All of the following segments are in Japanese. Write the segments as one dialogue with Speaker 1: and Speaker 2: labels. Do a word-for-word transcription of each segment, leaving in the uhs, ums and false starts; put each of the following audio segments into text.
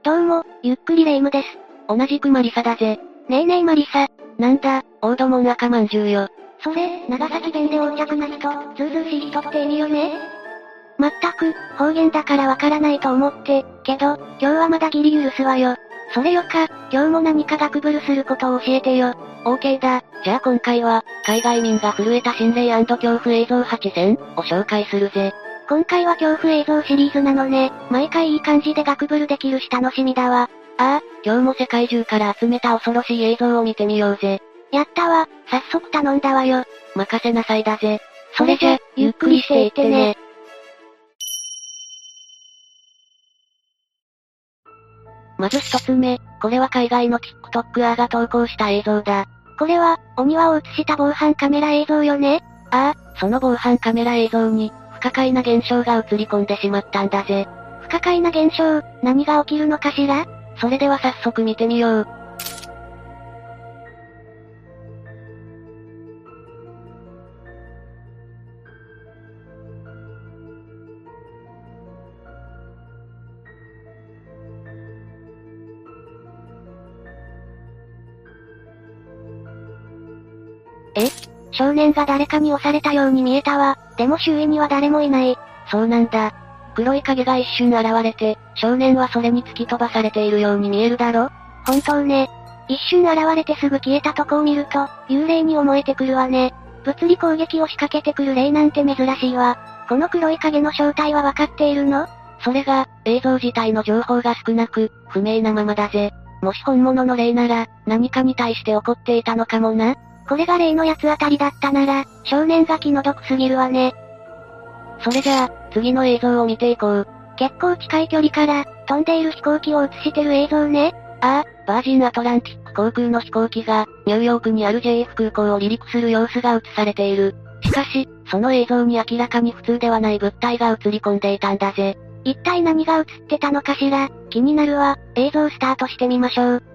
Speaker 1: どうも、ゆっくりレ夢ムです。
Speaker 2: 同じくマリサだぜ。
Speaker 1: ねえねえマリサ。
Speaker 2: なんだ、オードモン赤まんじゅうよ。
Speaker 1: それ、長崎弁で横着な人、ずうずうしい人って意味よね。まったく、方言だからわからないと思って、けど、今日はまだギリ許すわよ。それよか、今日も何かガクブルすることを教えてよ。
Speaker 2: オーケー だ。じゃあ今回は、海外民が震えた心霊&恐怖映像はちせんを紹介するぜ。
Speaker 1: 今回は恐怖映像シリーズなのね。毎回いい感じでガクブルできるし楽しみだわ。
Speaker 2: ああ、今日も世界中から集めた恐ろしい映像を見てみようぜ。
Speaker 1: やったわ、早速頼んだわよ。
Speaker 2: 任せなさいだぜ。
Speaker 1: それじゃ、ゆっくりしていってね。
Speaker 2: まず一つ目、これは海外の TikToker が投稿した映像だ。
Speaker 1: これは、お庭を映した防犯カメラ映像よね。
Speaker 2: ああ、その防犯カメラ映像に、不可解な現象が映り込んでしまったんだぜ。
Speaker 1: 不可解な現象、何が起きるのかしら？
Speaker 2: それでは早速見てみよう。
Speaker 1: え？少年が誰かに押されたように見えたわ。でも周囲には誰もいない。
Speaker 2: そうなんだ。黒い影が一瞬現れて、少年はそれに突き飛ばされているように見えるだろ？
Speaker 1: 本当ね。一瞬現れてすぐ消えたとこを見ると、幽霊に思えてくるわね。物理攻撃を仕掛けてくる霊なんて珍しいわ。この黒い影の正体はわかっているの？
Speaker 2: それが、映像自体の情報が少なく、不明なままだぜ。もし本物の霊なら、何かに対して怒っていたのかもな。
Speaker 1: これが霊のやつあたりだったなら、少年が気の毒すぎるわね。
Speaker 2: それじゃあ、次の映像を見ていこう。
Speaker 1: 結構近い距離から、飛んでいる飛行機を映してる映像ね。
Speaker 2: ああ、バージンアトランティック航空の飛行機が、ニューヨークにある ジェイエフ 空港を離陸する様子が映されている。しかし、その映像に明らかに普通ではない物体が映り込んでいたんだぜ。
Speaker 1: 一体何が映ってたのかしら？気になるわ。映像スタートしてみましょう。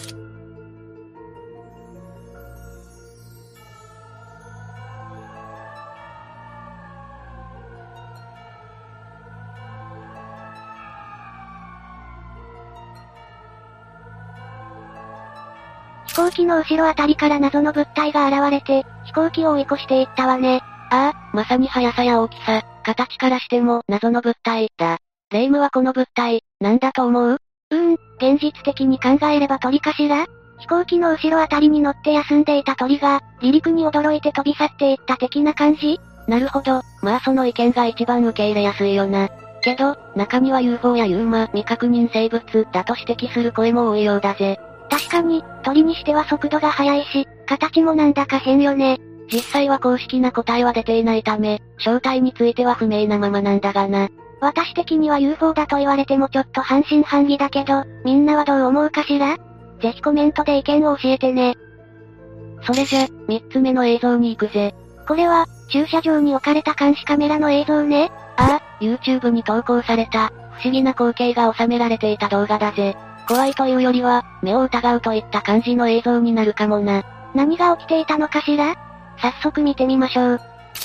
Speaker 1: 飛行機の後ろあたりから謎の物体が現れて、飛行機を追い越していったわね。
Speaker 2: ああ、まさに速さや大きさ、形からしても謎の物体だ。霊夢はこの物体、なんだと思う？
Speaker 1: うーん、現実的に考えれば鳥かしら？飛行機の後ろあたりに乗って休んでいた鳥が、離陸に驚いて飛び去っていった的な感じ？
Speaker 2: なるほど、まあその意見が一番受け入れやすいよな。けど、中には ユーフォー や ユーマ、未確認生物だと指摘する声も多いようだぜ。
Speaker 1: 確かに、鳥にしては速度が速いし、形もなんだか変よね。
Speaker 2: 実際は公式な答えは出ていないため、正体については不明なままなんだがな。
Speaker 1: 私的には ユーフォー だと言われてもちょっと半信半疑だけど、みんなはどう思うかしら？ぜひコメントで意見を教えてね。
Speaker 2: それじゃ、三つ目の映像に行くぜ。
Speaker 1: これは、駐車場に置かれた監視カメラの映像ね。
Speaker 2: ああ、YouTube に投稿された、不思議な光景が収められていた動画だぜ。怖いというよりは、目を疑うといった感じの映像になるかもな。
Speaker 1: 何が起きていたのかしら？早速見てみましょう。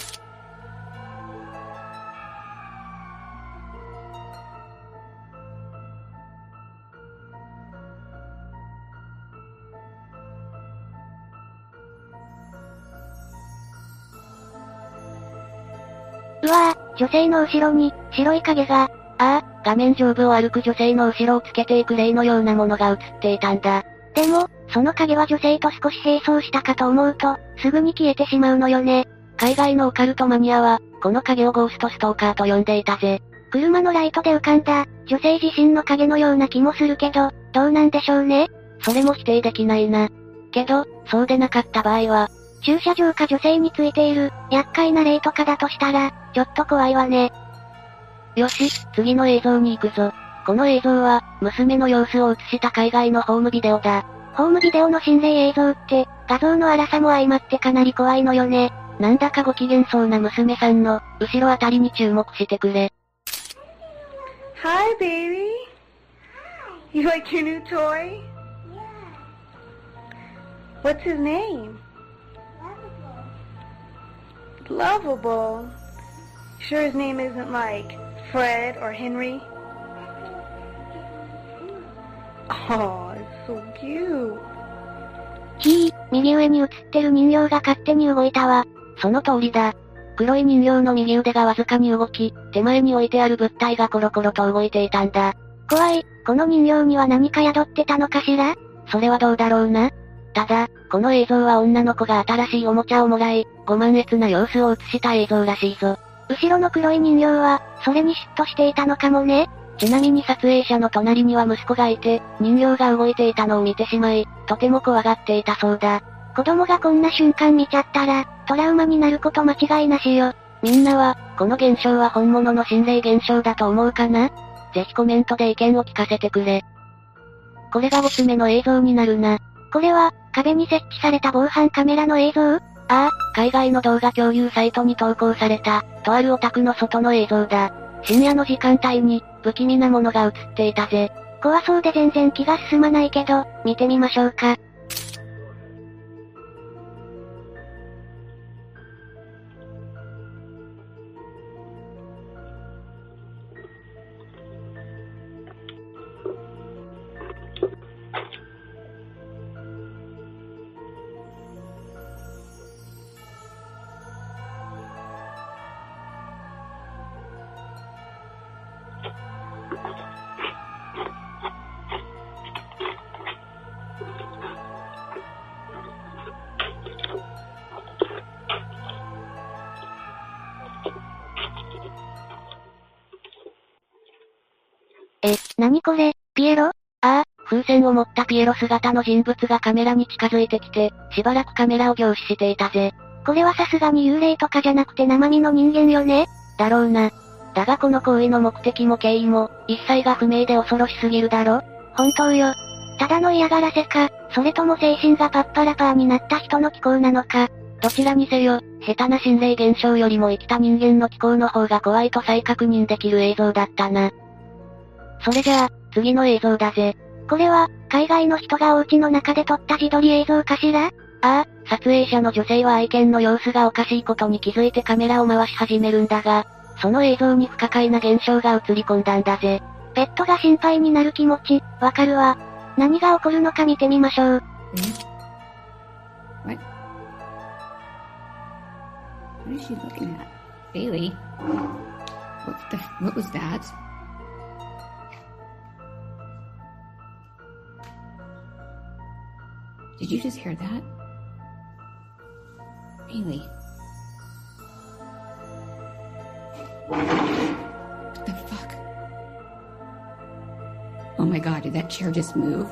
Speaker 1: うわぁ、女性の後ろに、白い影が、
Speaker 2: ああ、画面上部を歩く女性の後ろをつけていく霊のようなものが映っていたんだ。
Speaker 1: でも、その影は女性と少し並走したかと思うと、すぐに消えてしまうのよね。
Speaker 2: 海外のオカルトマニアは、この影をゴーストストーカーと呼んでいたぜ。
Speaker 1: 車のライトで浮かんだ、女性自身の影のような気もするけど、どうなんでしょうね。
Speaker 2: それも否定できないな。けど、そうでなかった場合は、
Speaker 1: 駐車場か女性についている、厄介な霊とかだとしたら、ちょっと怖いわね。
Speaker 2: よし、次の映像に行くぞ。この映像は、娘の様子を映した海外のホームビデオだ。
Speaker 1: ホームビデオの心霊映像って、画像の荒さも相まってかなり怖いのよね。
Speaker 2: なんだかご機嫌そうな娘さんの、後ろあたりに注目してくれ。
Speaker 3: Hi, baby. You like your new toy?
Speaker 4: Yeah.
Speaker 3: What's his name?
Speaker 4: Lovable.
Speaker 3: Lovable. Sure his name isn't like Fred or Henry? Oh, it's so cute.
Speaker 1: ひー、右上に映ってる人形が勝手に動いたわ。
Speaker 2: その通りだ。黒い人形の右腕がわずかに動き、手前に置いてある物体がコロコロと動いていたんだ。
Speaker 1: 怖い、この人形には何か宿ってたのかしら？
Speaker 2: それはどうだろうな。ただ、この映像は女の子が新しいおもちゃをもらい、ご満悦な様子を映した映像らしいぞ。
Speaker 1: 後ろの黒い人形は、それに嫉妬していたのかもね。
Speaker 2: ちなみに撮影者の隣には息子がいて、人形が動いていたのを見てしまい、とても怖がっていたそうだ。
Speaker 1: 子供がこんな瞬間見ちゃったら、トラウマになること間違いなしよ。
Speaker 2: みんなは、この現象は本物の心霊現象だと思うかな？ぜひコメントで意見を聞かせてくれ。これがごつめの映像になるな。
Speaker 1: これは、壁に設置された防犯カメラの映像？
Speaker 2: ああ、海外の動画共有サイトに投稿された、とあるお宅の外の映像だ。深夜の時間帯に、不気味なものが映っていたぜ。
Speaker 1: 怖そうで全然気が進まないけど、見てみましょうか。え、なにこれ、ピエロ？
Speaker 2: ああ、風船を持ったピエロ姿の人物がカメラに近づいてきて、しばらくカメラを凝視していたぜ。
Speaker 1: これはさすがに幽霊とかじゃなくて生身の人間よね？
Speaker 2: だろうな。だがこの行為の目的も経緯も、一切が不明で恐ろしすぎるだろ？
Speaker 1: 本当よ。ただの嫌がらせか、それとも精神がパッパラパーになった人の気候なのか。
Speaker 2: どちらにせよ、下手な心霊現象よりも生きた人間の気候の方が怖いと再確認できる映像だったな。それじゃあ、次の映像だぜ。
Speaker 1: これは、海外の人がお家の中で撮った自撮り映像かしら？
Speaker 2: ああ、撮影者の女性は愛犬の様子がおかしいことに気づいてカメラを回し始めるんだが、その映像に不可解な現象が映り込んだんだぜ。
Speaker 1: ペットが心配になる気持ち、わかるわ。何が起こるのか見てみましょう。
Speaker 4: What? What is she looking at? Bailey? What the, what was that? Did you just hear that? Bailey? What the fuck? Oh my god, did that chair just move?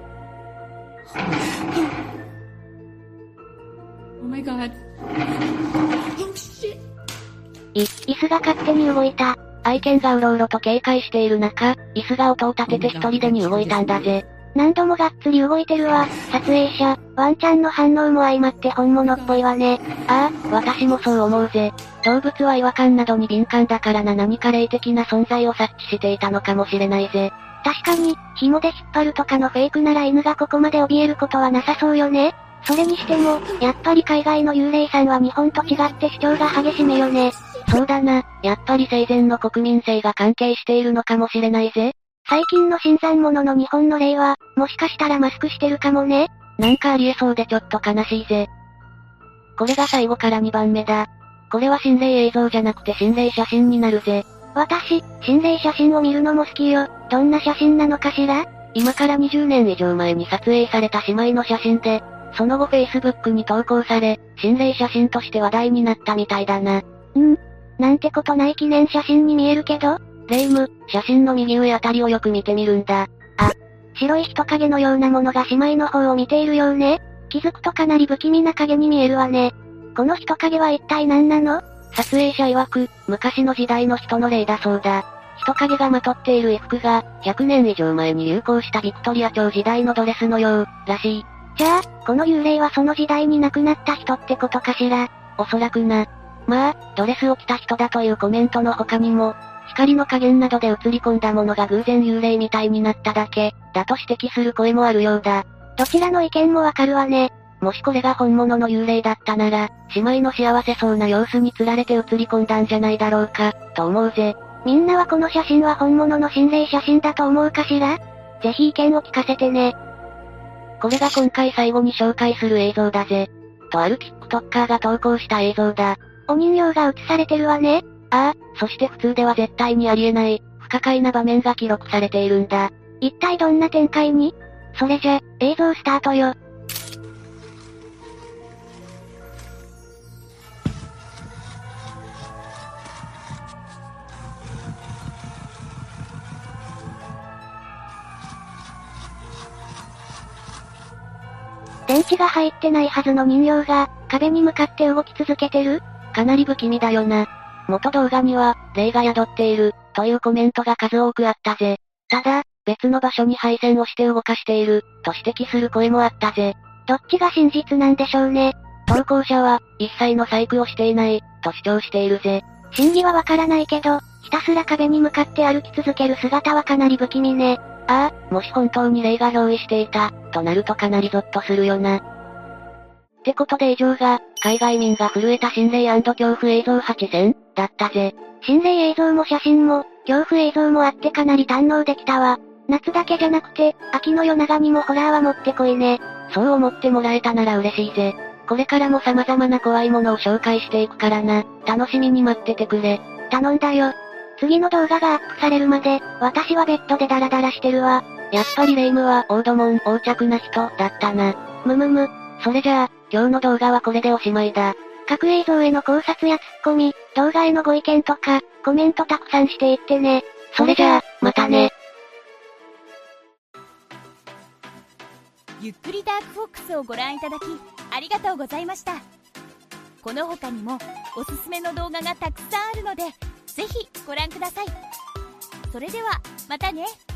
Speaker 4: Oh my god. Oh shit!
Speaker 1: い、椅子が勝手に動いた。
Speaker 2: 愛犬がうろうろと警戒している中、椅子が音を立てて一人でに動いたんだぜ。
Speaker 1: 何度もがっつり動いてるわ。撮影者、ワンちゃんの反応も相まって本物っぽいわね。
Speaker 2: ああ、私もそう思うぜ。動物は違和感などに敏感だからな、何か霊的な存在を察知していたのかもしれないぜ。
Speaker 1: 確かに、紐で引っ張るとかのフェイクなら犬がここまで怯えることはなさそうよね。それにしても、やっぱり海外の幽霊さんは日本と違って主張が激しめよね。
Speaker 2: そうだな、やっぱり生前の国民性が関係しているのかもしれないぜ。
Speaker 1: 最近の新参者の日本の霊は、もしかしたらマスクしてるかもね。
Speaker 2: なんかありえそうでちょっと悲しいぜ。これが最後からにばんめだ。これは心霊映像じゃなくて心霊写真になるぜ。
Speaker 1: 私、心霊写真を見るのも好きよ。どんな写真なのかしら？
Speaker 2: 今からにじゅうねん以上前に撮影された姉妹の写真で、その後 Facebook に投稿され、心霊写真として話題になったみたいだな。
Speaker 1: ん？なんてことない記念写真に見えるけど？
Speaker 2: レイム、写真の右上あたりをよく見てみるんだ。
Speaker 1: あ、白い人影のようなものが姉妹の方を見ているようね。気づくとかなり不気味な影に見えるわね。この人影は一体何なの？
Speaker 2: 撮影者曰く、昔の時代の人の霊だそうだ。人影がまとっている衣服が、ひゃくねん以上前に流行したビクトリア朝時代のドレスのよう、らしい。
Speaker 1: じゃあ、この幽霊はその時代に亡くなった人ってことかしら？
Speaker 2: おそらくな。まあ、ドレスを着た人だというコメントの他にも、光の加減などで映り込んだものが偶然幽霊みたいになっただけ、だと指摘する声もあるようだ。
Speaker 1: どちらの意見もわかるわね。
Speaker 2: もしこれが本物の幽霊だったなら、姉妹の幸せそうな様子に釣られて映り込んだんじゃないだろうか、と思うぜ。
Speaker 1: みんなはこの写真は本物の心霊写真だと思うかしら？ ぜひ意見を聞かせてね。
Speaker 2: これが今回最後に紹介する映像だぜ。とある TikToker が投稿した映像だ。
Speaker 1: お人形が映されてるわね。
Speaker 2: ああ、そして普通では絶対にありえない、不可解な場面が記録されているんだ。
Speaker 1: 一体どんな展開に？それじゃ、映像スタートよ。電池が入ってないはずの人形が、壁に向かって動き続けてる？
Speaker 2: かなり不気味だよな。元動画には、霊が宿っている、というコメントが数多くあったぜ。ただ、別の場所に配線をして動かしている、と指摘する声もあったぜ。
Speaker 1: どっちが真実なんでしょうね。
Speaker 2: 投稿者は、一切の細工をしていない、と主張しているぜ。
Speaker 1: 真偽はわからないけど、ひたすら壁に向かって歩き続ける姿はかなり不気味ね。
Speaker 2: ああ、もし本当に霊が憑依していた、となるとかなりゾッとするよな。ってことで以上が、海外民が震えた心霊&恐怖映像はちせん、だったぜ。
Speaker 1: 心霊映像も写真も、恐怖映像もあってかなり堪能できたわ。夏だけじゃなくて、秋の夜長にもホラーはもってこいね。
Speaker 2: そう思ってもらえたなら嬉しいぜ。これからも様々な怖いものを紹介していくからな。楽しみに待っててくれ。
Speaker 1: 頼んだよ。次の動画がアップされるまで、私はベッドでダラダラしてるわ。
Speaker 2: やっぱり霊夢はオードモン横着な人だったな。
Speaker 1: むむむ。
Speaker 2: それじゃあ、今日の動画はこれでおしまいだ。
Speaker 1: 各映像への考察やツッコミ、動画へのご意見とか、コメントたくさんしていってね。
Speaker 2: それじゃあ、またね。
Speaker 5: ゆっくりダークフォックスをご覧いただき、ありがとうございました。この他にも、おすすめの動画がたくさんあるので、ぜひご覧ください。それでは、またね。